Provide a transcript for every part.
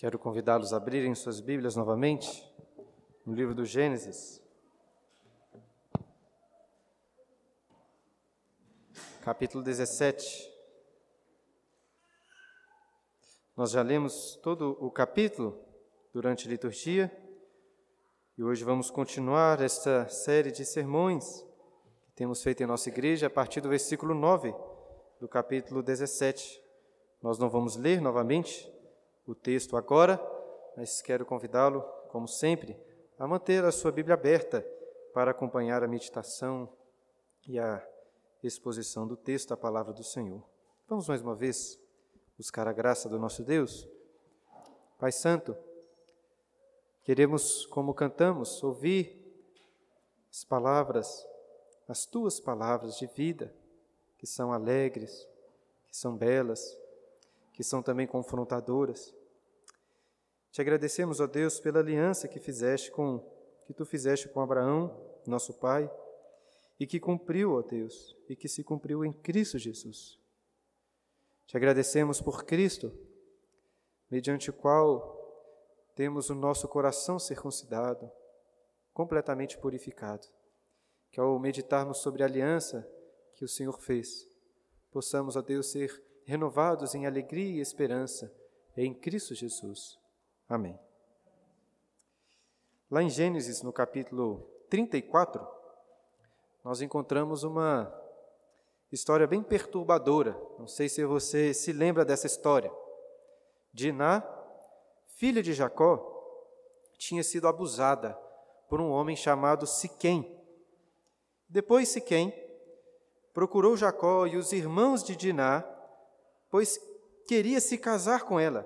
Quero convidá-los a abrirem suas Bíblias novamente no livro do Gênesis, capítulo 17. Nós já lemos todo o capítulo durante a liturgia e hoje vamos continuar esta série de sermões que temos feito em nossa igreja a partir do versículo 9 do capítulo 17. Nós não vamos ler novamente o texto agora, mas quero convidá-lo, como sempre, a manter a sua Bíblia aberta para acompanhar a meditação e a exposição do texto da palavra do Senhor. Vamos mais uma vez buscar a graça do nosso Deus. Pai Santo, queremos, como cantamos, ouvir as palavras, as Tuas palavras de vida, que são alegres, que são belas, que são também confrontadoras. Te agradecemos, ó Deus, pela aliança que Tu fizeste com Abraão, nosso pai, e que cumpriu, ó Deus, e que se cumpriu em Cristo Jesus. Te agradecemos por Cristo, mediante o qual temos o nosso coração circuncidado, completamente purificado, que ao meditarmos sobre a aliança que o Senhor fez, possamos, ó Deus, ser renovados em alegria e esperança em Cristo Jesus. Amém. Lá em Gênesis, no capítulo 34, nós encontramos uma história bem perturbadora. Não sei se você se lembra dessa história. Diná, filha de Jacó, tinha sido abusada por um homem chamado Siquém. Depois Siquém procurou Jacó e os irmãos de Diná, pois queria se casar com ela.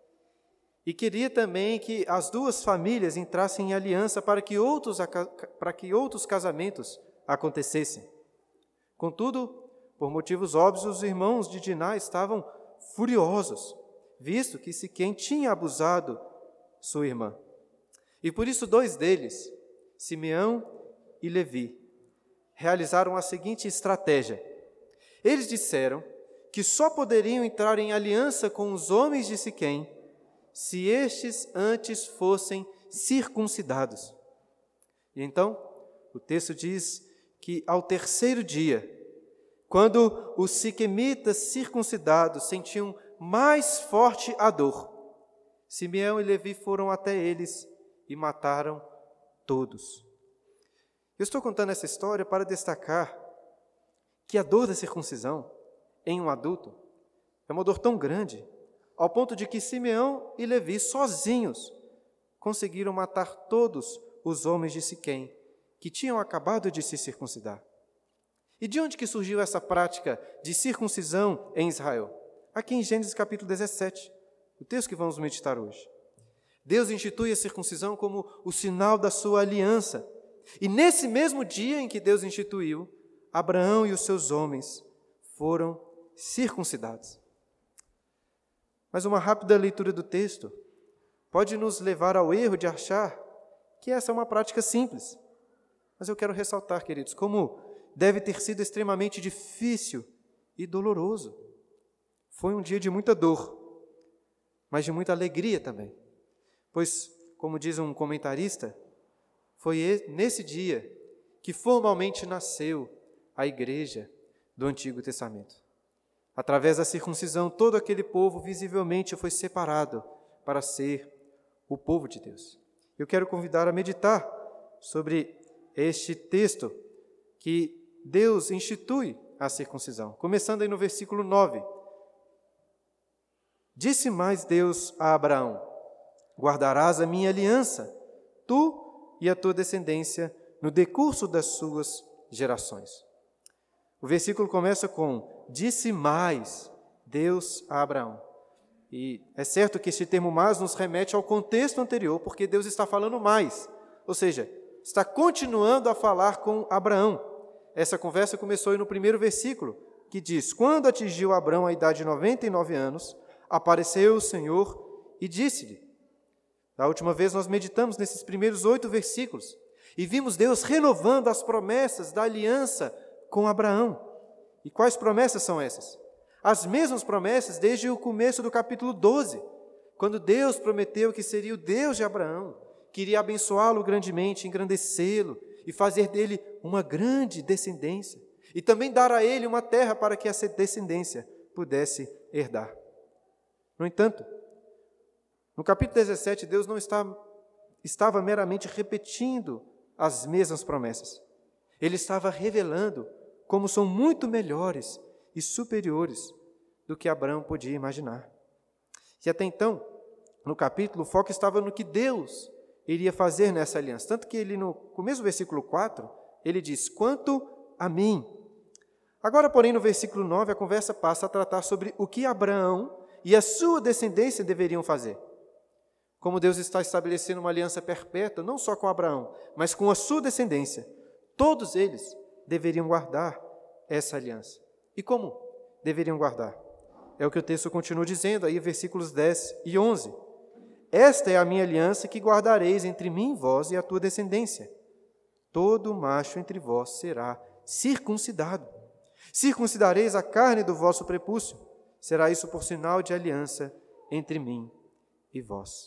E queria também que as duas famílias entrassem em aliança para que outros casamentos acontecessem. Contudo, por motivos óbvios, os irmãos de Diná estavam furiosos, visto que Siquém tinha abusado sua irmã. E por isso dois deles, Simeão e Levi, realizaram a seguinte estratégia. Eles disseram que só poderiam entrar em aliança com os homens de Siquém se estes antes fossem circuncidados. E então, o texto diz que ao terceiro dia, quando os siquemitas circuncidados sentiam mais forte a dor, Simeão e Levi foram até eles e mataram todos. Eu estou contando essa história para destacar que a dor da circuncisão em um adulto é uma dor tão grande, ao ponto de que Simeão e Levi, sozinhos, conseguiram matar todos os homens de Siquém, que tinham acabado de se circuncidar. E de onde que surgiu essa prática de circuncisão em Israel? Aqui em Gênesis capítulo 17, o texto que vamos meditar hoje. Deus institui a circuncisão como o sinal da sua aliança. E nesse mesmo dia em que Deus instituiu, Abraão e os seus homens foram circuncidados. Mas uma rápida leitura do texto pode nos levar ao erro de achar que essa é uma prática simples. Mas eu quero ressaltar, queridos, como deve ter sido extremamente difícil e doloroso. Foi um dia de muita dor, mas de muita alegria também. Pois, como diz um comentarista, foi nesse dia que formalmente nasceu a igreja do Antigo Testamento. Através da circuncisão, todo aquele povo visivelmente foi separado para ser o povo de Deus. Eu quero convidar a meditar sobre este texto que Deus institui a circuncisão. Começando aí no versículo 9. Disse mais Deus a Abraão: guardarás a minha aliança, tu e a tua descendência, no decurso das suas gerações. O versículo começa com: disse mais Deus a Abraão. E é certo que este termo mais nos remete ao contexto anterior, porque Deus está falando mais. Ou seja, está continuando a falar com Abraão. Essa conversa começou aí no primeiro versículo, que diz: quando atingiu Abraão a idade de 99 anos, apareceu o Senhor e disse-lhe. Da última vez nós meditamos nesses primeiros 8 versículos e vimos Deus renovando as promessas da aliança com Abraão. E quais promessas são essas? As mesmas promessas desde o começo do capítulo 12, quando Deus prometeu que seria o Deus de Abraão, que iria abençoá-lo grandemente, engrandecê-lo e fazer dele uma grande descendência, e também dar a ele uma terra para que essa descendência pudesse herdar. No entanto, no capítulo 17, Deus não estava meramente repetindo as mesmas promessas. Ele estava revelando como são muito melhores e superiores do que Abraão podia imaginar. E até então, no capítulo, o foco estava no que Deus iria fazer nessa aliança. Tanto que ele, no começo do versículo 4, ele diz, quanto a mim. Agora, porém, no versículo 9, a conversa passa a tratar sobre o que Abraão e a sua descendência deveriam fazer. Como Deus está estabelecendo uma aliança perpétua, não só com Abraão, mas com a sua descendência, todos eles deveriam guardar essa aliança. E como deveriam guardar? É o que o texto continua dizendo aí, versículos 10 e 11. Esta é a minha aliança que guardareis entre mim e vós e a tua descendência. Todo macho entre vós será circuncidado. Circuncidareis a carne do vosso prepúcio. Será isso por sinal de aliança entre mim e vós.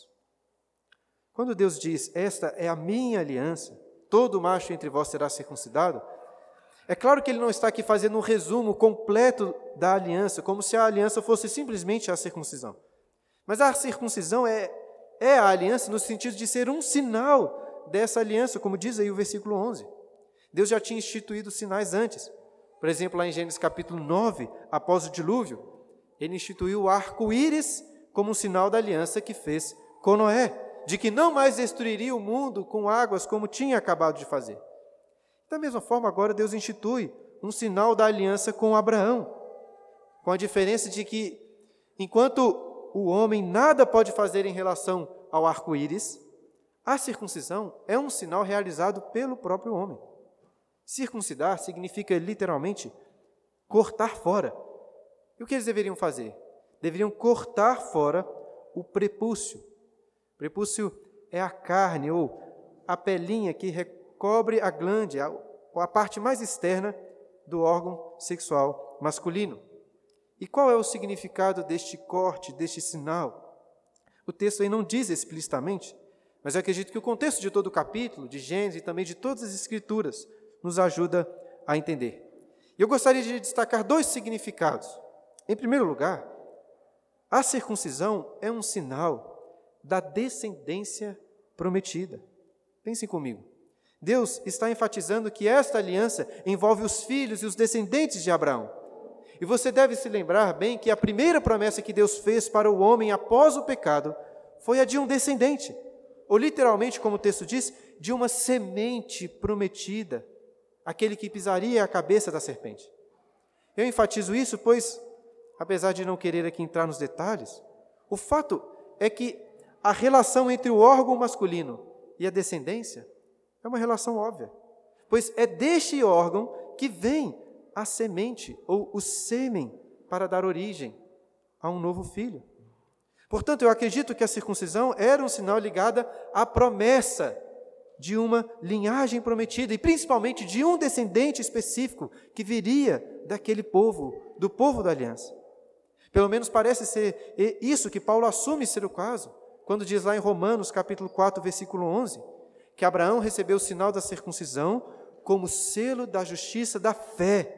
Quando Deus diz, esta é a minha aliança, todo macho entre vós será circuncidado, é claro que ele não está aqui fazendo um resumo completo da aliança, como se a aliança fosse simplesmente a circuncisão. Mas a circuncisão é a aliança no sentido de ser um sinal dessa aliança, como diz aí o versículo 11. Deus já tinha instituído sinais antes. Por exemplo, lá em Gênesis capítulo 9, após o dilúvio, ele instituiu o arco-íris como um sinal da aliança que fez com Noé, de que não mais destruiria o mundo com águas como tinha acabado de fazer. Da mesma forma, agora Deus institui um sinal da aliança com Abraão, com a diferença de que, enquanto o homem nada pode fazer em relação ao arco-íris, a circuncisão é um sinal realizado pelo próprio homem. Circuncidar significa, literalmente, cortar fora. E o que eles deveriam fazer? Deveriam cortar fora o prepúcio. Prepúcio é a carne ou a pelinha que recobre a glândula, a parte mais externa do órgão sexual masculino. E qual é o significado deste corte, deste sinal? O texto aí não diz explicitamente, mas eu acredito que o contexto de todo o capítulo, de Gênesis e também de todas as Escrituras, nos ajuda a entender. E eu gostaria de destacar dois significados. Em primeiro lugar, a circuncisão é um sinal da descendência prometida. Pensem comigo. Deus está enfatizando que esta aliança envolve os filhos e os descendentes de Abraão. E você deve se lembrar bem que a primeira promessa que Deus fez para o homem após o pecado foi a de um descendente, ou literalmente, como o texto diz, de uma semente prometida, aquele que pisaria a cabeça da serpente. Eu enfatizo isso, pois, apesar de não querer aqui entrar nos detalhes, o fato é que a relação entre o órgão masculino e a descendência é uma relação óbvia, pois é deste órgão que vem a semente ou o sêmen para dar origem a um novo filho. Portanto, eu acredito que a circuncisão era um sinal ligado à promessa de uma linhagem prometida e principalmente de um descendente específico que viria daquele povo, do povo da aliança. Pelo menos parece ser isso que Paulo assume ser o caso, quando diz lá em Romanos, capítulo 4, versículo 11, que Abraão recebeu o sinal da circuncisão como selo da justiça da fé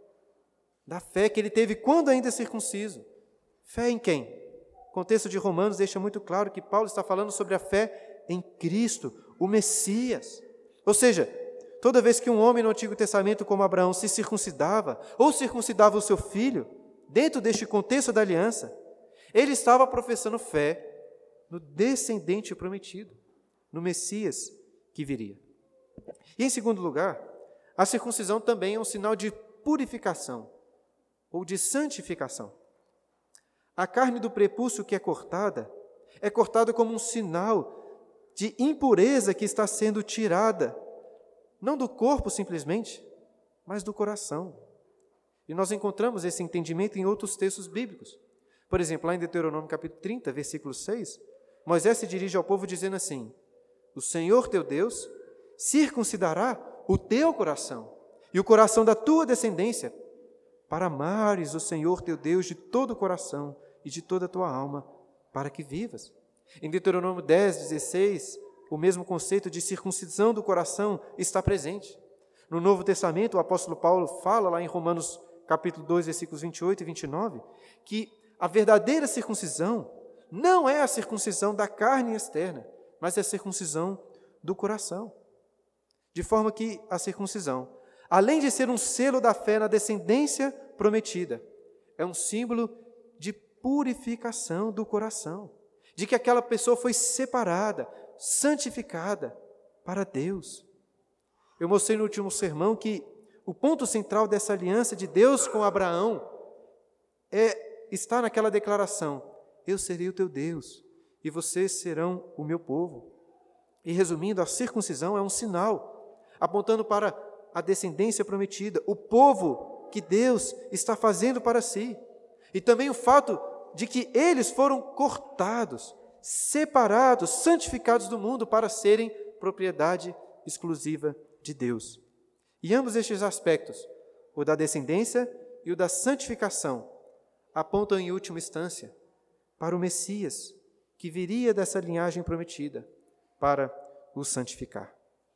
que ele teve quando ainda circunciso. Fé em quem? O contexto de Romanos deixa muito claro que Paulo está falando sobre a fé em Cristo, o Messias. Ou seja, toda vez que um homem no Antigo Testamento como Abraão se circuncidava, ou circuncidava o seu filho, dentro deste contexto da aliança, ele estava professando fé no descendente prometido, no Messias que viria. E em segundo lugar, a circuncisão também é um sinal de purificação ou de santificação. A carne do prepúcio que é cortada como um sinal de impureza que está sendo tirada, não do corpo simplesmente, mas do coração. E nós encontramos esse entendimento em outros textos bíblicos. Por exemplo, lá em Deuteronômio capítulo 30, versículo 6, Moisés se dirige ao povo dizendo assim: o Senhor teu Deus circuncidará o teu coração e o coração da tua descendência, para amares o Senhor teu Deus de todo o coração e de toda a tua alma para que vivas. Em Deuteronômio 10, 16, o mesmo conceito de circuncisão do coração está presente. No Novo Testamento, o apóstolo Paulo fala lá em Romanos capítulo 2, versículos 28 e 29, que a verdadeira circuncisão não é a circuncisão da carne externa, mas é a circuncisão do coração. De forma que a circuncisão, além de ser um selo da fé na descendência prometida, é um símbolo de purificação do coração, de que aquela pessoa foi separada, santificada para Deus. Eu mostrei no último sermão que o ponto central dessa aliança de Deus com Abraão está naquela declaração: eu serei o teu Deus e vocês serão o meu povo. E resumindo, a circuncisão é um sinal apontando para a descendência prometida, o povo que Deus está fazendo para si. E também o fato de que eles foram cortados, separados, santificados do mundo para serem propriedade exclusiva de Deus. E ambos estes aspectos, o da descendência e o da santificação, apontam em última instância para o Messias, que viria dessa linhagem prometida para o santificar.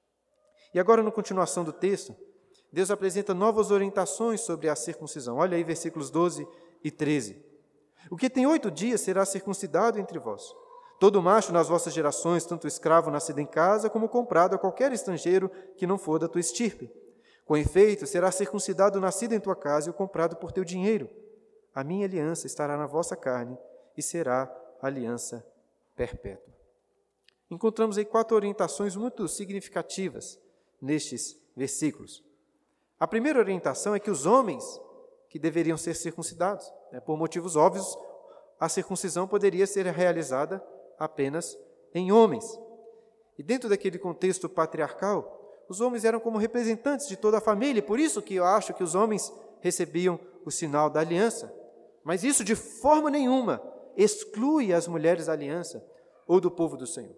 E agora, na continuação do texto, Deus apresenta novas orientações sobre a circuncisão. Olha aí versículos 12 e 13. O que tem 8 dias será circuncidado entre vós. Todo macho nas vossas gerações, tanto escravo nascido em casa, como comprado a qualquer estrangeiro que não for da tua estirpe. Com efeito, será circuncidado o nascido em tua casa e o comprado por teu dinheiro. A minha aliança estará na vossa carne e será aliança perpétua. Encontramos aí 4 orientações muito significativas nestes versículos. A primeira orientação é que os homens que deveriam ser circuncidados, por motivos óbvios, a circuncisão poderia ser realizada apenas em homens. E dentro daquele contexto patriarcal, os homens eram como representantes de toda a família, e por isso que eu acho que os homens recebiam o sinal da aliança. Mas isso de forma nenhuma exclui as mulheres da aliança ou do povo do Senhor.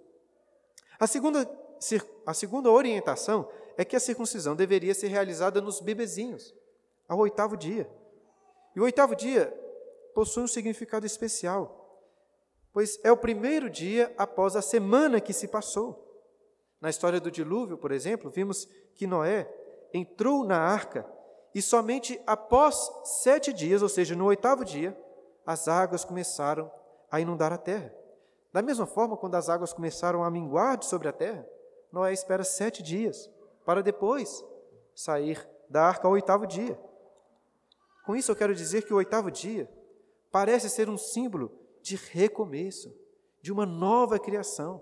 A segunda orientação é que a circuncisão deveria ser realizada nos bebezinhos, ao 8º dia. E o 8º dia possui um significado especial, pois é o primeiro dia após a semana que se passou. Na história do dilúvio, por exemplo, vimos que Noé entrou na arca e somente após 7 dias, ou seja, no 8º dia, as águas começaram a inundar a terra. Da mesma forma, quando as águas começaram a minguar sobre a terra, Noé espera 7 dias para depois sair da arca ao 8º dia. Com isso, eu quero dizer que o 8º dia parece ser um símbolo de recomeço, de uma nova criação.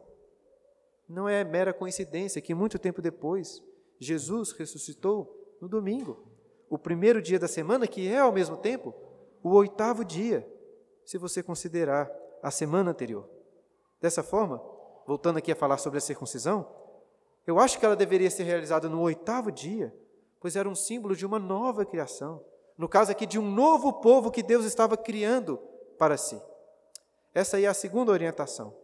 Não é mera coincidência que muito tempo depois, Jesus ressuscitou no domingo, o primeiro dia da semana, que é ao mesmo tempo o 8º dia, se você considerar a semana anterior. Dessa forma, voltando aqui a falar sobre a circuncisão, eu acho que ela deveria ser realizada no 8º dia, pois era um símbolo de uma nova criação. No caso aqui, de um novo povo que Deus estava criando para si. Essa aí é a segunda orientação.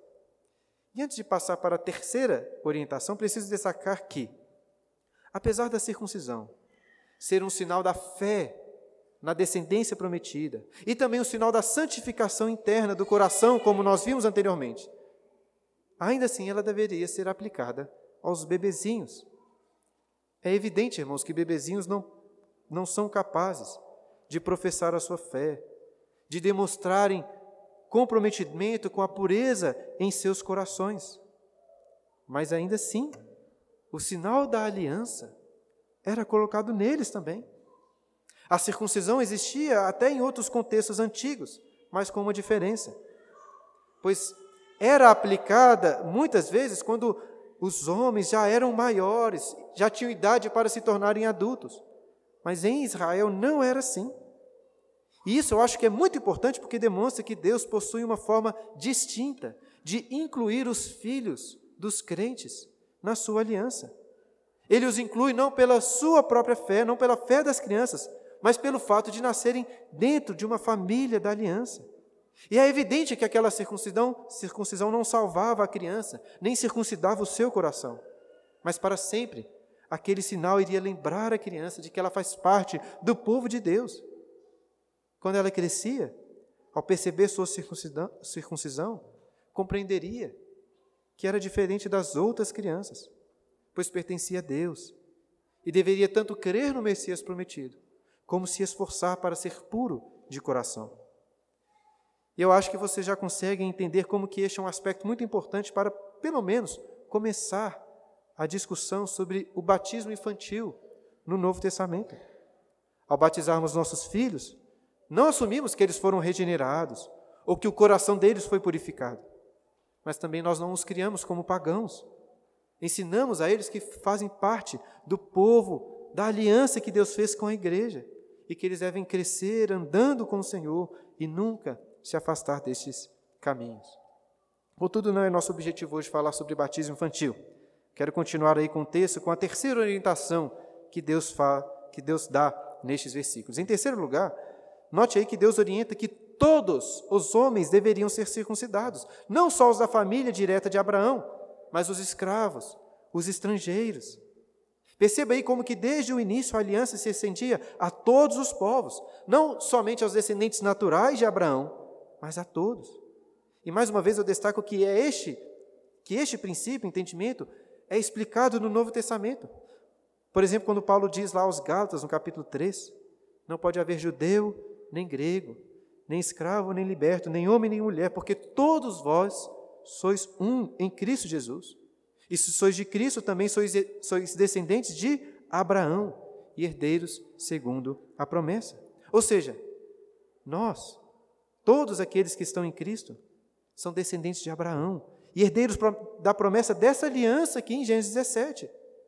E antes de passar para a terceira orientação, preciso destacar que, apesar da circuncisão ser um sinal da fé na descendência prometida, e também um sinal da santificação interna do coração, como nós vimos anteriormente, ainda assim ela deveria ser aplicada aos bebezinhos. É evidente, irmãos, que bebezinhos não são capazes de professar a sua fé, de demonstrarem comprometimento com a pureza em seus corações. Mas ainda assim, o sinal da aliança era colocado neles também. A circuncisão existia até em outros contextos antigos, mas com uma diferença. Pois era aplicada muitas vezes quando os homens já eram maiores, já tinham idade para se tornarem adultos. Mas em Israel não era assim. E isso eu acho que é muito importante porque demonstra que Deus possui uma forma distinta de incluir os filhos dos crentes na sua aliança. Ele os inclui não pela sua própria fé, não pela fé das crianças, mas pelo fato de nascerem dentro de uma família da aliança. E é evidente que aquela circuncisão não salvava a criança, nem circuncidava o seu coração, mas para sempre aquele sinal iria lembrar a criança de que ela faz parte do povo de Deus. Quando ela crescia, ao perceber sua circuncisão, compreenderia que era diferente das outras crianças, pois pertencia a Deus, e deveria tanto crer no Messias prometido, como se esforçar para ser puro de coração. E eu acho que você já consegue entender como que este é um aspecto muito importante para, pelo menos, começar a discussão sobre o batismo infantil no Novo Testamento. Ao batizarmos nossos filhos, não assumimos que eles foram regenerados ou que o coração deles foi purificado, mas também nós não os criamos como pagãos. Ensinamos a eles que fazem parte do povo, da aliança que Deus fez com a igreja e que eles devem crescer andando com o Senhor e nunca se afastar destes caminhos. Contudo, não é nosso objetivo hoje falar sobre batismo infantil. Quero continuar aí com o texto, com a terceira orientação que Deus dá nestes versículos. Em terceiro lugar, note aí que Deus orienta que todos os homens deveriam ser circuncidados, não só os da família direta de Abraão, mas os escravos, os estrangeiros. Perceba aí como que desde o início a aliança se estendia a todos os povos, não somente aos descendentes naturais de Abraão, mas a todos. E mais uma vez eu destaco que este princípio, entendimento, é explicado no Novo Testamento. Por exemplo, quando Paulo diz lá aos Gálatas, no capítulo 3, não pode haver judeu, nem grego, nem escravo, nem liberto, nem homem, nem mulher, porque todos vós sois um em Cristo Jesus. E se sois de Cristo, também sois descendentes de Abraão e herdeiros segundo a promessa. Ou seja, nós, todos aqueles que estão em Cristo, são descendentes de Abraão e herdeiros da promessa dessa aliança aqui em Gênesis 17.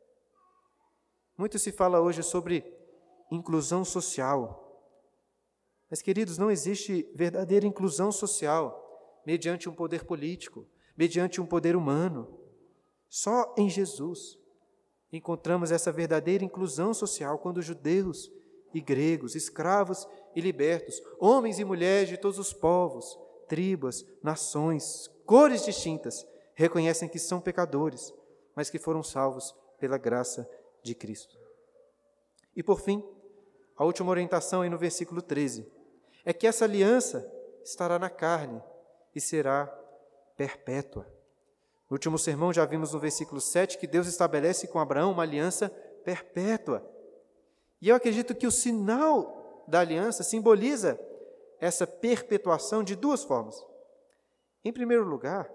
Muito se fala hoje sobre inclusão social. Mas, queridos, não existe verdadeira inclusão social mediante um poder político, mediante um poder humano. Só em Jesus encontramos essa verdadeira inclusão social, quando judeus e gregos, escravos e libertos, homens e mulheres de todos os povos, tribos, nações, cores distintas, reconhecem que são pecadores, mas que foram salvos pela graça de Cristo. E por fim, a última orientação aí no versículo 13, é que essa aliança estará na carne e será perpétua. No último sermão já vimos no versículo 7 que Deus estabelece com Abraão uma aliança perpétua. E eu acredito que o sinal da aliança simboliza essa perpetuação de duas formas. Em primeiro lugar,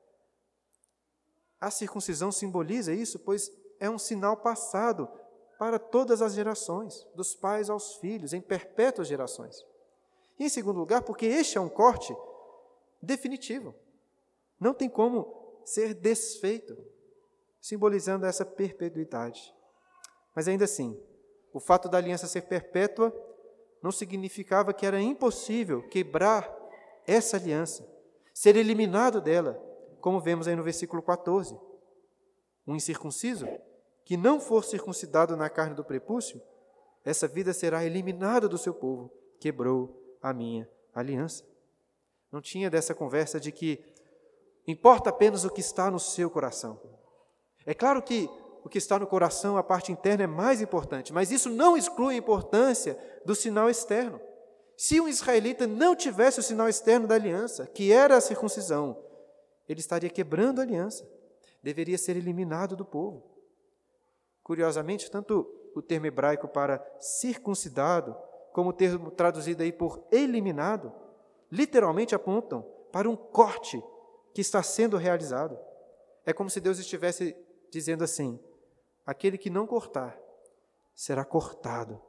a circuncisão simboliza isso, pois é um sinal passado para todas as gerações, dos pais aos filhos, em perpétuas gerações. E em segundo lugar, porque este é um corte definitivo. Não tem como ser desfeito, simbolizando essa perpetuidade. Mas ainda assim, o fato da aliança ser perpétua não significava que era impossível quebrar essa aliança, ser eliminado dela, como vemos aí no versículo 14. Um incircunciso que não for circuncidado na carne do prepúcio, essa vida será eliminada do seu povo, quebrou a minha aliança. Não tinha dessa conversa de que importa apenas o que está no seu coração. É claro que o que está no coração, a parte interna, é mais importante, mas isso não exclui a importância do sinal externo. Se um israelita não tivesse o sinal externo da aliança, que era a circuncisão, ele estaria quebrando a aliança, deveria ser eliminado do povo. Curiosamente, tanto o termo hebraico para circuncidado, como o termo traduzido aí por eliminado, literalmente apontam para um corte que está sendo realizado. É como se Deus estivesse dizendo assim: aquele que não cortar será cortado.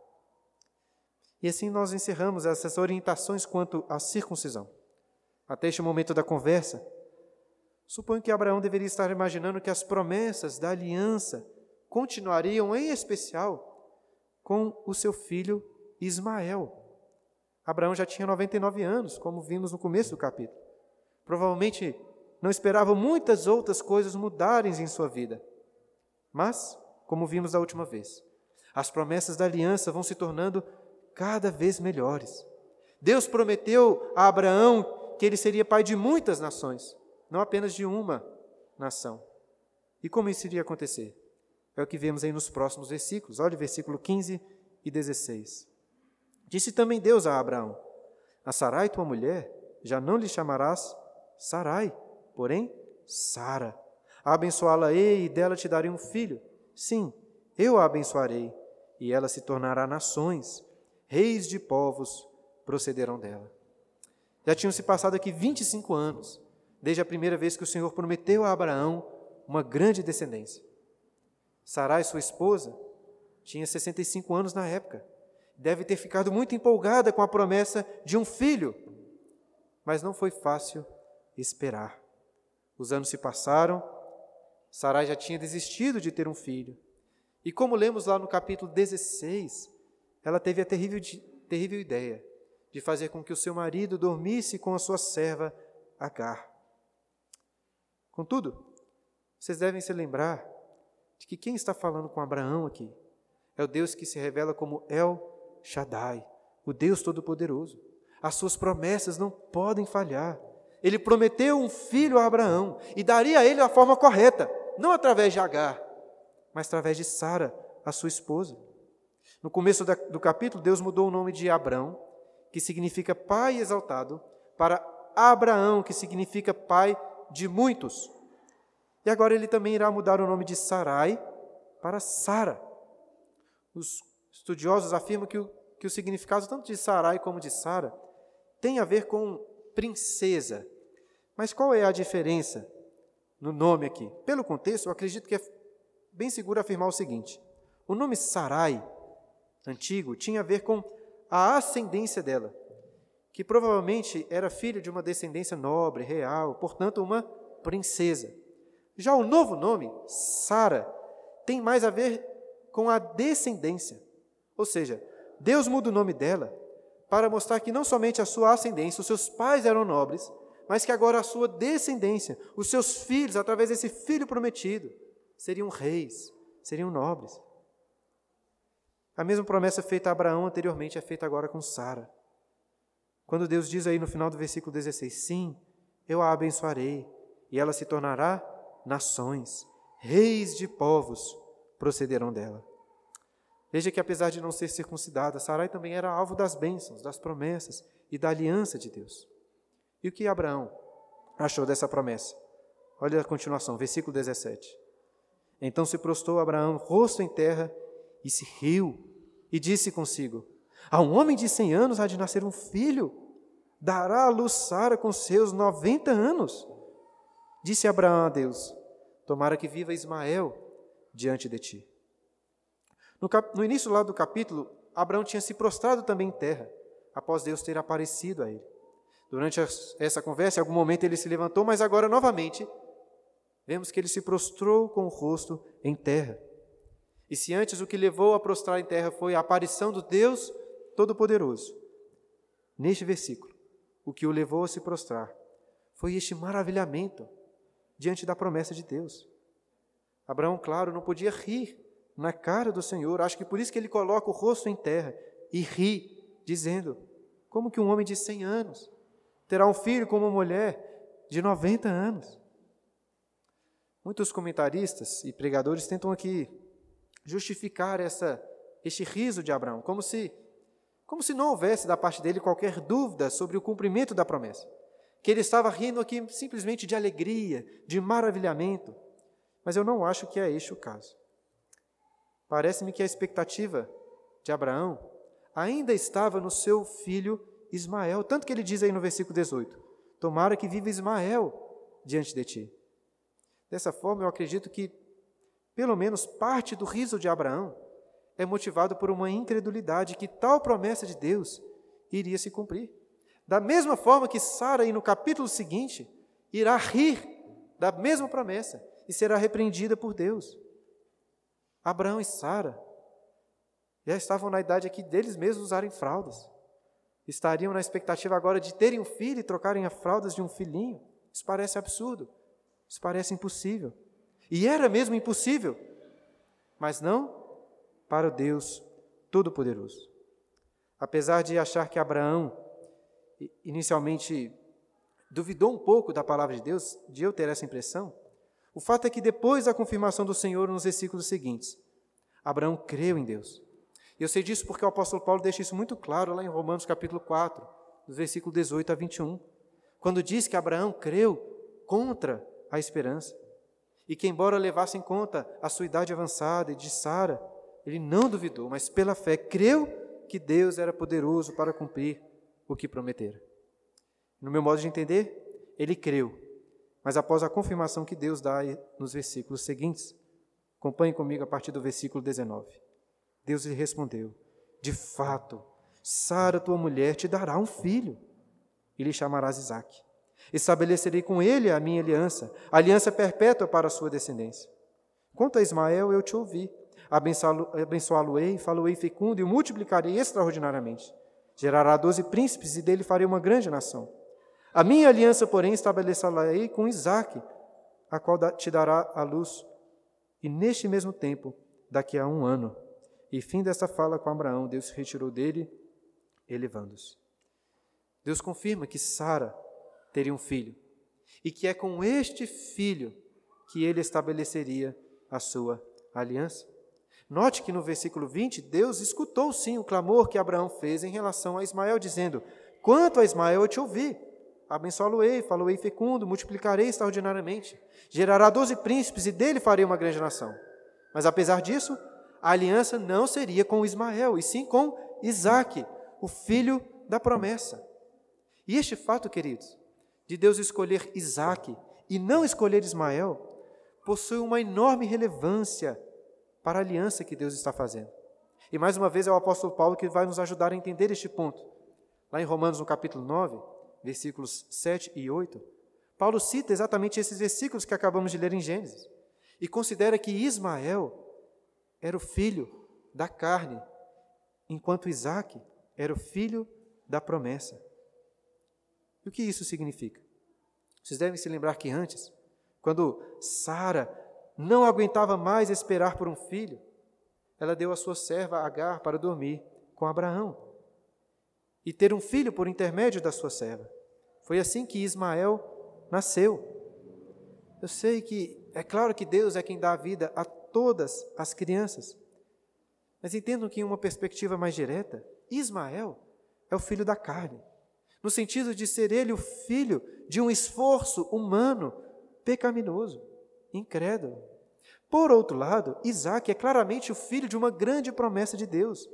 E assim nós encerramos essas orientações quanto à circuncisão. Até este momento da conversa, suponho que Abraão deveria estar imaginando que as promessas da aliança continuariam, em especial, com o seu filho Ismael. Abraão já tinha 99 anos, como vimos no começo do capítulo. Provavelmente não esperava muitas outras coisas mudarem em sua vida. Mas, como vimos da última vez, as promessas da aliança vão se tornando cada vez melhores. Deus prometeu a Abraão que ele seria pai de muitas nações, não apenas de uma nação. E como isso iria acontecer? É o que vemos aí nos próximos versículos. Olha o versículo 15 e 16. Disse também Deus a Abraão: A Sarai, tua mulher, já não lhe chamarás Sarai, porém Sara. Abençoá-la-ei e dela te darei um filho. Sim, eu a abençoarei, e ela se tornará nações. Reis de povos procederão dela. Já tinham se passado aqui 25 anos, desde a primeira vez que o Senhor prometeu a Abraão uma grande descendência. Sarai, sua esposa, tinha 65 anos na época. Deve ter ficado muito empolgada com a promessa de um filho, mas não foi fácil esperar. Os anos se passaram, Sarai já tinha desistido de ter um filho. E como lemos lá no capítulo 16, ela teve a terrível ideia de fazer com que o seu marido dormisse com a sua serva Agar. Contudo, vocês devem se lembrar de que quem está falando com Abraão aqui é o Deus que se revela como El Shaddai, o Deus Todo-Poderoso. As suas promessas não podem falhar. Ele prometeu um filho a Abraão e daria a ele a forma correta, não através de Agar, mas através de Sara, a sua esposa. No começo do capítulo, Deus mudou o nome de Abrão, que significa pai exaltado, para Abraão, que significa pai de muitos. E agora ele também irá mudar o nome de Sarai para Sara. Os estudiosos afirmam que o significado tanto de Sarai como de Sara tem a ver com princesa. Mas qual é a diferença no nome aqui? Pelo contexto, eu acredito que é bem seguro afirmar o seguinte: o nome Sarai, antigo, tinha a ver com a ascendência dela, que provavelmente era filha de uma descendência nobre, real, portanto uma princesa. Já o novo nome, Sara, tem mais a ver com a descendência. Ou seja, Deus muda o nome dela para mostrar que não somente a sua ascendência, os seus pais eram nobres, mas que agora a sua descendência, os seus filhos, através desse filho prometido, seriam reis, seriam nobres. A mesma promessa feita a Abraão anteriormente é feita agora com Sara. Quando Deus diz aí no final do versículo 16, sim, eu a abençoarei, e ela se tornará nações, reis de povos procederão dela. Veja que apesar de não ser circuncidada, Sarai também era alvo das bênçãos, das promessas e da aliança de Deus. E o que Abraão achou dessa promessa? Olha a continuação, versículo 17. Então se prostrou Abraão, rosto em terra, e se riu, e disse consigo, a um homem de 100 anos há de nascer um filho, dará à luz Sara com seus 90 anos. Disse Abraão a Deus, tomara que viva Ismael diante de ti. No início lá do capítulo, Abraão tinha se prostrado também em terra, após Deus ter aparecido a ele. Durante essa conversa, em algum momento ele se levantou, mas agora novamente, vemos que ele se prostrou com o rosto em terra. E se antes o que levou a prostrar em terra foi a aparição do Deus Todo-Poderoso, neste versículo, o que o levou a se prostrar foi este maravilhamento diante da promessa de Deus. Abraão, claro, não podia rir na cara do Senhor, acho que por isso que ele coloca o rosto em terra e ri, dizendo, como que um homem de 100 anos terá um filho com uma mulher de 90 anos? Muitos comentaristas e pregadores tentam aqui justificar este riso de Abraão, como se não houvesse da parte dele qualquer dúvida sobre o cumprimento da promessa, que ele estava rindo aqui simplesmente de alegria, de maravilhamento, mas eu não acho que é este o caso. Parece-me que a expectativa de Abraão ainda estava no seu filho Ismael, tanto que ele diz aí no versículo 18, tomara que viva Ismael diante de ti. Dessa forma, eu acredito que pelo menos parte do riso de Abraão é motivado por uma incredulidade que tal promessa de Deus iria se cumprir. Da mesma forma que Sara, aí no capítulo seguinte, irá rir da mesma promessa e será repreendida por Deus. Abraão e Sara já estavam na idade aqui deles mesmos usarem fraldas. Estariam na expectativa agora de terem um filho e trocarem as fraldas de um filhinho. Isso parece absurdo. Isso parece impossível. E era mesmo impossível, mas não para o Deus Todo-Poderoso. Apesar de achar que Abraão inicialmente duvidou um pouco da palavra de Deus, de eu ter essa impressão, o fato é que depois da confirmação do Senhor nos versículos seguintes, Abraão creu em Deus. E eu sei disso porque o apóstolo Paulo deixa isso muito claro lá em Romanos capítulo 4, do versículo 18 a 21, quando diz que Abraão creu contra a esperança, e que, embora levasse em conta a sua idade avançada e de Sara, ele não duvidou, mas pela fé creu que Deus era poderoso para cumprir o que prometera. No meu modo de entender, ele creu, mas após a confirmação que Deus dá nos versículos seguintes, acompanhe comigo a partir do versículo 19. Deus lhe respondeu: de fato, Sara, tua mulher, te dará um filho, e lhe chamarás Isaque. Estabelecerei com ele a minha aliança perpétua para a sua descendência. Quanto a Ismael, eu te ouvi. Abençoá-lo-ei, falo-ei fecundo e o multiplicarei extraordinariamente. Gerará 12 príncipes e dele farei uma grande nação. A minha aliança, porém, estabelecerei com Isaque, a qual te dará a luz, e neste mesmo tempo, daqui a 1 ano. E fim desta fala com Abraão, Deus se retirou dele, elevando-se. Deus confirma que Sara teria um filho, e que é com este filho que ele estabeleceria a sua aliança. Note que no versículo 20, Deus escutou sim o clamor que Abraão fez em relação a Ismael, dizendo: quanto a Ismael eu te ouvi, abençoá-lo-ei, falo-ei fecundo, multiplicarei extraordinariamente, gerará 12 príncipes e dele farei uma grande nação. Mas apesar disso, a aliança não seria com Ismael, e sim com Isaque, o filho da promessa. E este fato, queridos, de Deus escolher Isaque e não escolher Ismael, possui uma enorme relevância para a aliança que Deus está fazendo. E mais uma vez é o apóstolo Paulo que vai nos ajudar a entender este ponto. Lá em Romanos, no capítulo 9, versículos 7 e 8, Paulo cita exatamente esses versículos que acabamos de ler em Gênesis, e considera que Ismael era o filho da carne, enquanto Isaque era o filho da promessa. E o que isso significa? Vocês devem se lembrar que antes, quando Sara não aguentava mais esperar por um filho, ela deu a sua serva Agar para dormir com Abraão e ter um filho por intermédio da sua serva. Foi assim que Ismael nasceu. Eu sei que é claro que Deus é quem dá a vida a todas as crianças, mas entendam que em uma perspectiva mais direta, Ismael é o filho da carne, no sentido de ser ele o filho de um esforço humano pecaminoso, incrédulo. Por outro lado, Isaque é claramente o filho de uma grande promessa de Deus,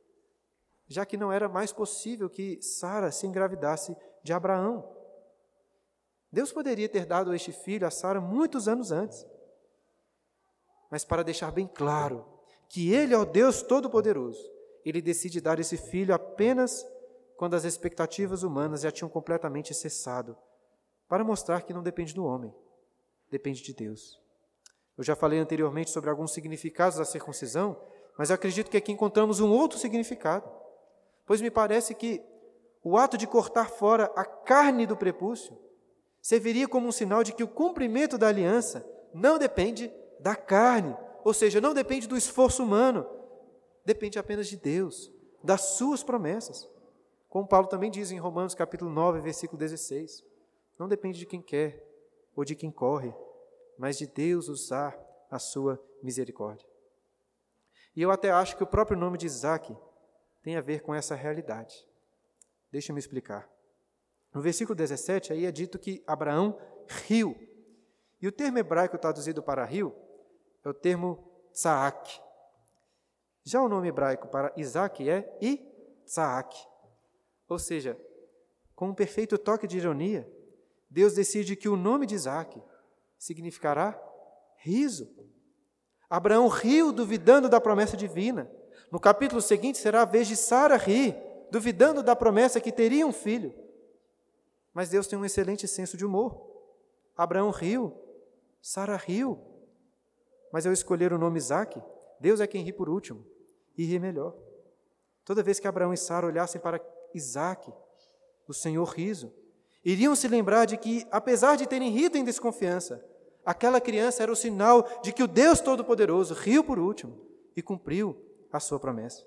já que não era mais possível que Sara se engravidasse de Abraão. Deus poderia ter dado este filho a Sara muitos anos antes, mas para deixar bem claro que Ele é o Deus Todo-Poderoso, Ele decide dar esse filho apenas quando as expectativas humanas já tinham completamente cessado, para mostrar que não depende do homem, depende de Deus. Eu já falei anteriormente sobre alguns significados da circuncisão, mas eu acredito que aqui encontramos um outro significado, pois me parece que o ato de cortar fora a carne do prepúcio serviria como um sinal de que o cumprimento da aliança não depende da carne, ou seja, não depende do esforço humano, depende apenas de Deus, das suas promessas. Como Paulo também diz em Romanos capítulo 9, versículo 16, não depende de quem quer ou de quem corre, mas de Deus usar a sua misericórdia. E eu até acho que o próprio nome de Isaque tem a ver com essa realidade. Deixa-me explicar. No versículo 17, aí é dito que Abraão riu. E o termo hebraico traduzido para rio é o termo tsaak. Já o nome hebraico para Isaque é Itsaak. Ou seja, com um perfeito toque de ironia, Deus decide que o nome de Isaque significará riso. Abraão riu, duvidando da promessa divina. No capítulo seguinte, será a vez de Sara rir, duvidando da promessa que teria um filho. Mas Deus tem um excelente senso de humor. Abraão riu, Sara riu. Mas ao escolher o nome Isaque, Deus é quem ri por último e ri melhor. Toda vez que Abraão e Sara olhassem para Isaque, o Senhor riso, iriam se lembrar de que, apesar de terem rido em desconfiança, aquela criança era o sinal de que o Deus Todo-Poderoso riu por último e cumpriu a sua promessa.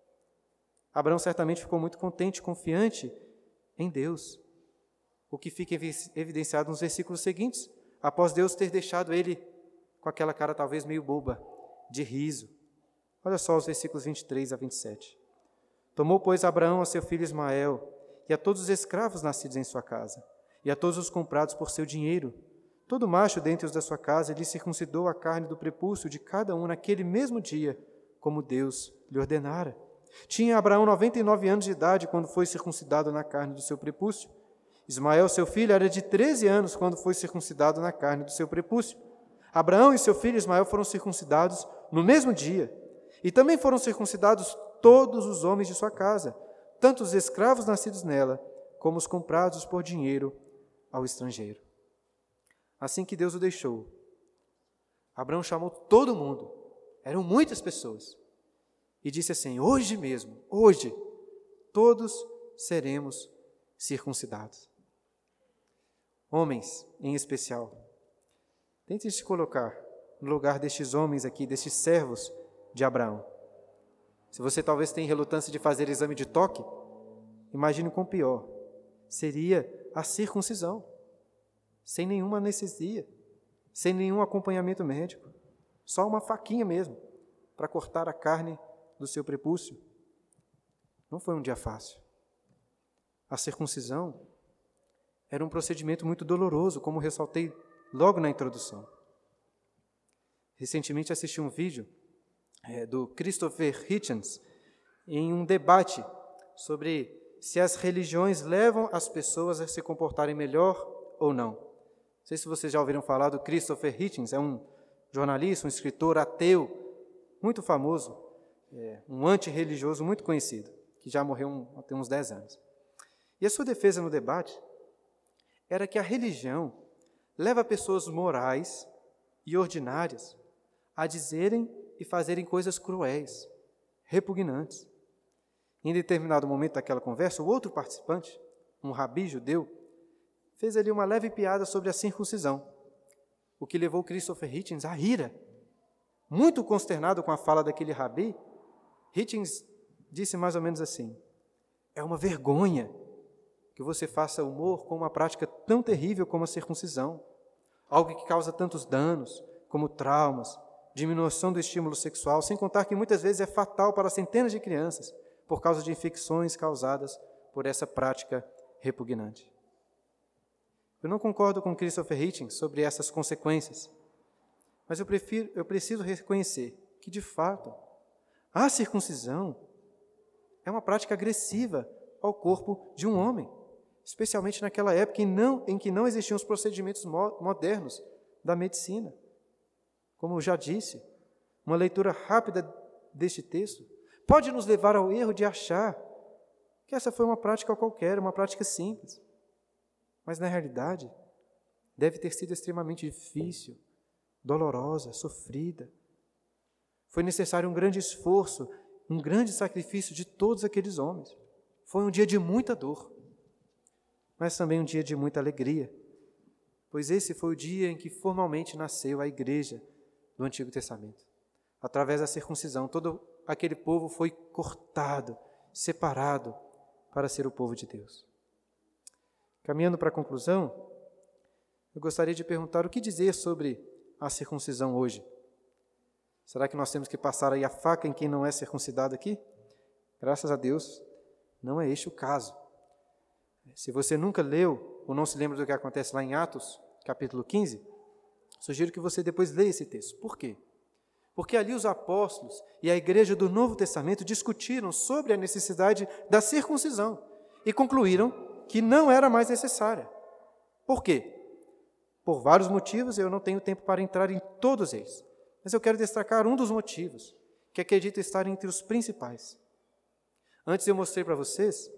Abraão certamente ficou muito contente e confiante em Deus, o que fica evidenciado nos versículos seguintes, após Deus ter deixado ele com aquela cara talvez meio boba, de riso. Olha só os versículos 23 a 27. Tomou, pois, Abraão a seu filho Ismael, e a todos os escravos nascidos em sua casa, e a todos os comprados por seu dinheiro. Todo macho dentre os da sua casa lhe circuncidou a carne do prepúcio de cada um naquele mesmo dia, como Deus lhe ordenara. Tinha Abraão 99 anos de idade quando foi circuncidado na carne do seu prepúcio. Ismael, seu filho, era de 13 anos quando foi circuncidado na carne do seu prepúcio. Abraão e seu filho Ismael foram circuncidados no mesmo dia. E também foram circuncidados todos os homens de sua casa, tanto os escravos nascidos nela, como os comprados por dinheiro ao estrangeiro. Assim que Deus o deixou, Abraão chamou todo mundo, eram muitas pessoas, e disse assim: hoje mesmo, hoje, todos seremos circuncidados. Homens, em especial, tente se colocar no lugar destes homens aqui, destes servos de Abraão. Se você talvez tenha relutância de fazer exame de toque, imagine o quão pior seria a circuncisão, sem nenhuma anestesia, sem nenhum acompanhamento médico, só uma faquinha mesmo, para cortar a carne do seu prepúcio. Não foi um dia fácil. A circuncisão era um procedimento muito doloroso, como ressaltei logo na introdução. Recentemente assisti um vídeo do Christopher Hitchens em um debate sobre se as religiões levam as pessoas a se comportarem melhor ou não. Não sei se vocês já ouviram falar do Christopher Hitchens, é um jornalista, um escritor ateu, muito famoso, um antirreligioso muito conhecido, que já morreu há uns 10 anos. E a sua defesa no debate era que a religião leva pessoas morais e ordinárias a dizerem e fazerem coisas cruéis, repugnantes. Em determinado momento daquela conversa, o outro participante, um rabi judeu, fez ali uma leve piada sobre a circuncisão, o que levou Christopher Hitchens à ira. Muito consternado com a fala daquele rabi, Hitchens disse mais ou menos assim: é uma vergonha que você faça humor com uma prática tão terrível como a circuncisão, algo que causa tantos danos, como traumas, diminuição do estímulo sexual, sem contar que muitas vezes é fatal para centenas de crianças, por causa de infecções causadas por essa prática repugnante. Eu não concordo com Christopher Hitchens sobre essas consequências, mas eu preciso reconhecer que, de fato, a circuncisão é uma prática agressiva ao corpo de um homem, especialmente naquela época em que não existiam os procedimentos modernos da medicina. Como eu já disse, uma leitura rápida deste texto pode nos levar ao erro de achar que essa foi uma prática qualquer, uma prática simples. Mas, na realidade, deve ter sido extremamente difícil, dolorosa, sofrida. Foi necessário um grande esforço, um grande sacrifício de todos aqueles homens. Foi um dia de muita dor, mas também um dia de muita alegria, pois esse foi o dia em que formalmente nasceu a igreja do Antigo Testamento. Através da circuncisão, todo aquele povo foi cortado, separado para ser o povo de Deus. Caminhando para a conclusão, eu gostaria de perguntar o que dizer sobre a circuncisão hoje. Será que nós temos que passar aí a faca em quem não é circuncidado aqui? Graças a Deus, não é este o caso. Se você nunca leu ou não se lembra do que acontece lá em Atos, capítulo 15, sugiro que você depois leia esse texto. Por quê? Porque ali os apóstolos e a igreja do Novo Testamento discutiram sobre a necessidade da circuncisão e concluíram que não era mais necessária. Por quê? Por vários motivos, eu não tenho tempo para entrar em todos eles. Mas eu quero destacar um dos motivos, que acredito estar entre os principais. Antes eu mostrei para vocês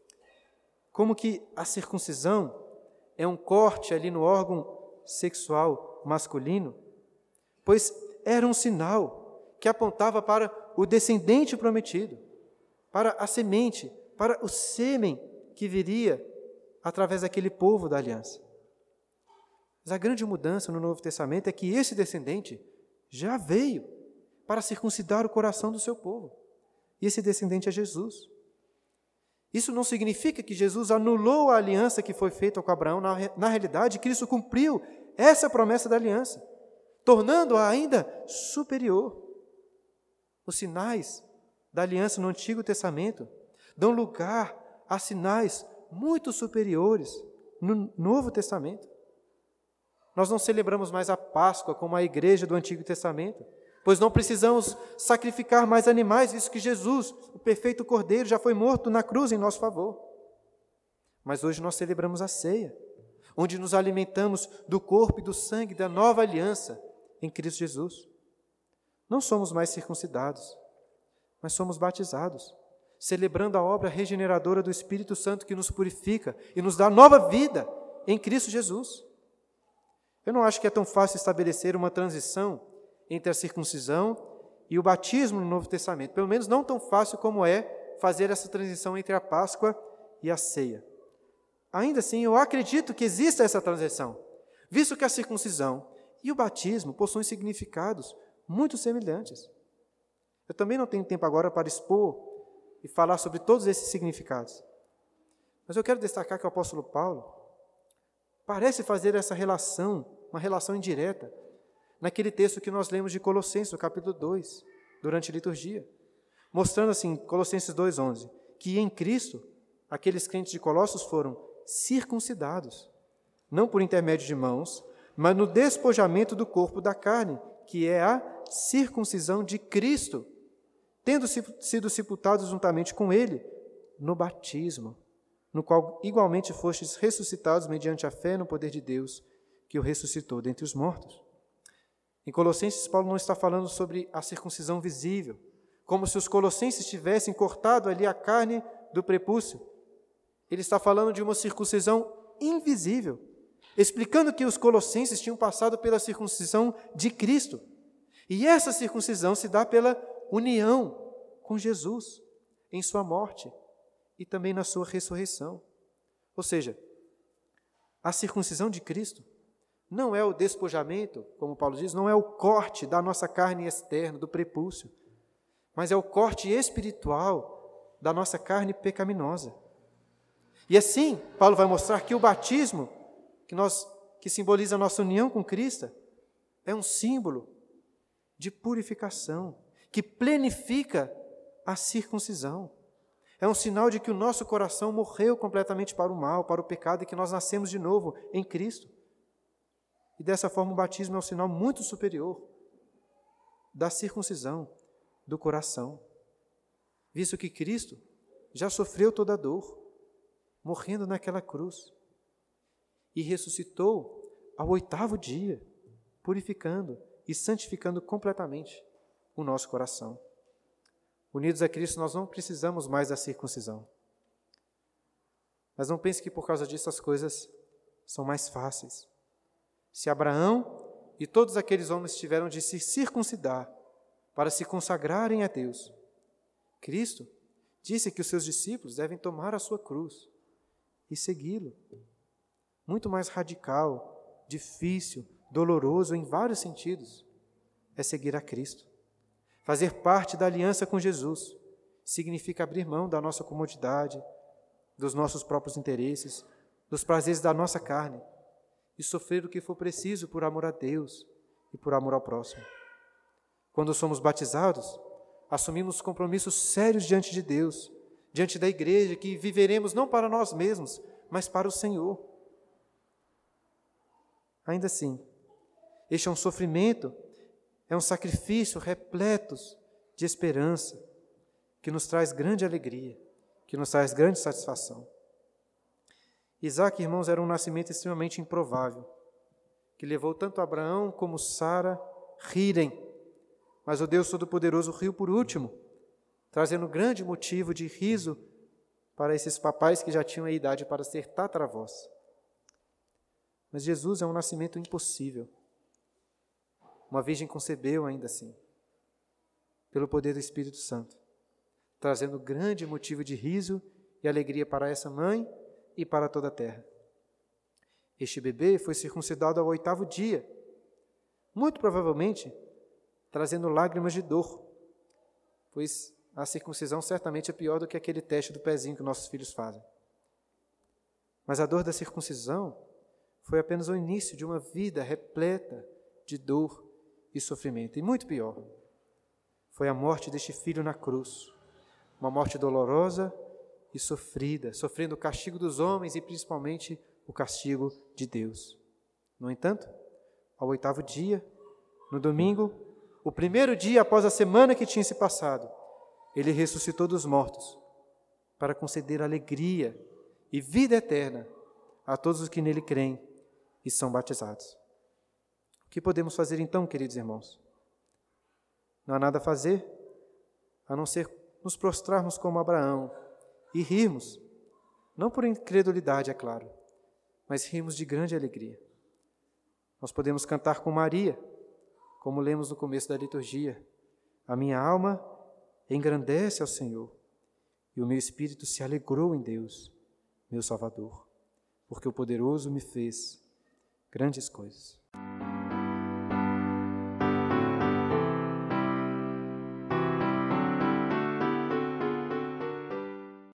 como que a circuncisão é um corte ali no órgão sexual masculino, pois era um sinal que apontava para o descendente prometido, para a semente, para o sêmen que viria através daquele povo da aliança. Mas a grande mudança no Novo Testamento é que esse descendente já veio para circuncidar o coração do seu povo. E esse descendente é Jesus. Isso não significa que Jesus anulou a aliança que foi feita com Abraão. Na realidade, Cristo cumpriu essa promessa da aliança, tornando-a ainda superior. Os sinais da aliança no Antigo Testamento dão lugar a sinais muito superiores no Novo Testamento. Nós não celebramos mais a Páscoa como a igreja do Antigo Testamento, pois não precisamos sacrificar mais animais, visto que Jesus, o perfeito Cordeiro, já foi morto na cruz em nosso favor. Mas hoje nós celebramos a ceia, onde nos alimentamos do corpo e do sangue da nova aliança em Cristo Jesus. Não somos mais circuncidados, mas somos batizados, celebrando a obra regeneradora do Espírito Santo que nos purifica e nos dá nova vida em Cristo Jesus. Eu não acho que é tão fácil estabelecer uma transição entre a circuncisão e o batismo no Novo Testamento. Pelo menos não tão fácil como é fazer essa transição entre a Páscoa e a ceia. Ainda assim, eu acredito que exista essa transição, visto que a circuncisão e o batismo possuem significados muito semelhantes. Eu também não tenho tempo agora para expor e falar sobre todos esses significados. Mas eu quero destacar que o apóstolo Paulo parece fazer essa relação, uma relação indireta, naquele texto que nós lemos de Colossenses, no capítulo 2, durante a liturgia, mostrando assim, Colossenses 2,11, que em Cristo, aqueles crentes de Colossos foram circuncidados, não por intermédio de mãos, mas no despojamento do corpo da carne, que é a circuncisão de Cristo, tendo sido sepultados juntamente com Ele no batismo, no qual igualmente fostes ressuscitados mediante a fé no poder de Deus, que o ressuscitou dentre os mortos. Em Colossenses, Paulo não está falando sobre a circuncisão visível, como se os colossenses tivessem cortado ali a carne do prepúcio. Ele está falando de uma circuncisão invisível, explicando que os colossenses tinham passado pela circuncisão de Cristo. E essa circuncisão se dá pela união com Jesus, em sua morte e também na sua ressurreição. Ou seja, a circuncisão de Cristo não é o despojamento, como Paulo diz, não é o corte da nossa carne externa, do prepúcio, mas é o corte espiritual da nossa carne pecaminosa. E assim, Paulo vai mostrar que o batismo, que simboliza a nossa união com Cristo, é um símbolo de purificação, que plenifica a circuncisão. É um sinal de que o nosso coração morreu completamente para o mal, para o pecado, e que nós nascemos de novo em Cristo. E dessa forma o batismo é um sinal muito superior da circuncisão do coração, visto que Cristo já sofreu toda a dor, morrendo naquela cruz, e ressuscitou ao 8º dia, purificando e santificando completamente o nosso coração. Unidos a Cristo, nós não precisamos mais da circuncisão. Mas não pense que por causa disso as coisas são mais fáceis. Se Abraão e todos aqueles homens tiveram de se circuncidar para se consagrarem a Deus, Cristo disse que os seus discípulos devem tomar a sua cruz e segui-lo. Muito mais radical, difícil, doloroso em vários sentidos é seguir a Cristo. Fazer parte da aliança com Jesus significa abrir mão da nossa comodidade, dos nossos próprios interesses, dos prazeres da nossa carne e sofrer o que for preciso por amor a Deus e por amor ao próximo. Quando somos batizados, assumimos compromissos sérios diante de Deus, diante da igreja, que viveremos não para nós mesmos, mas para o Senhor. Ainda assim, este é um sofrimento, é um sacrifício repleto de esperança, que nos traz grande alegria, que nos traz grande satisfação. Isaac, irmãos, era um nascimento extremamente improvável, que levou tanto Abraão como Sara rirem, mas o Deus Todo-Poderoso riu por último, trazendo grande motivo de riso para esses papais que já tinham a idade para ser tataravós. Mas Jesus é um nascimento impossível. Uma virgem concebeu ainda assim, pelo poder do Espírito Santo, trazendo grande motivo de riso e alegria para essa mãe e para toda a terra. Este bebê foi circuncidado ao 8º dia, muito provavelmente trazendo lágrimas de dor, pois a circuncisão certamente é pior do que aquele teste do pezinho que nossos filhos fazem. Mas a dor da circuncisão foi apenas o início de uma vida repleta de dor e sofrimento. E muito pior, foi a morte deste filho na cruz, uma morte dolorosa e sofrida, sofrendo o castigo dos homens e principalmente o castigo de Deus. No entanto, ao 8º dia, no domingo, o primeiro dia após a semana que tinha se passado, ele ressuscitou dos mortos para conceder alegria e vida eterna a todos os que nele creem e são batizados. O que podemos fazer então, queridos irmãos? Não há nada a fazer, a não ser nos prostrarmos como Abraão e rirmos, não por incredulidade, é claro, mas rirmos de grande alegria. Nós podemos cantar com Maria, como lemos no começo da liturgia: a minha alma engrandece ao Senhor, e o meu espírito se alegrou em Deus, meu Salvador, porque o poderoso me fez grandes coisas.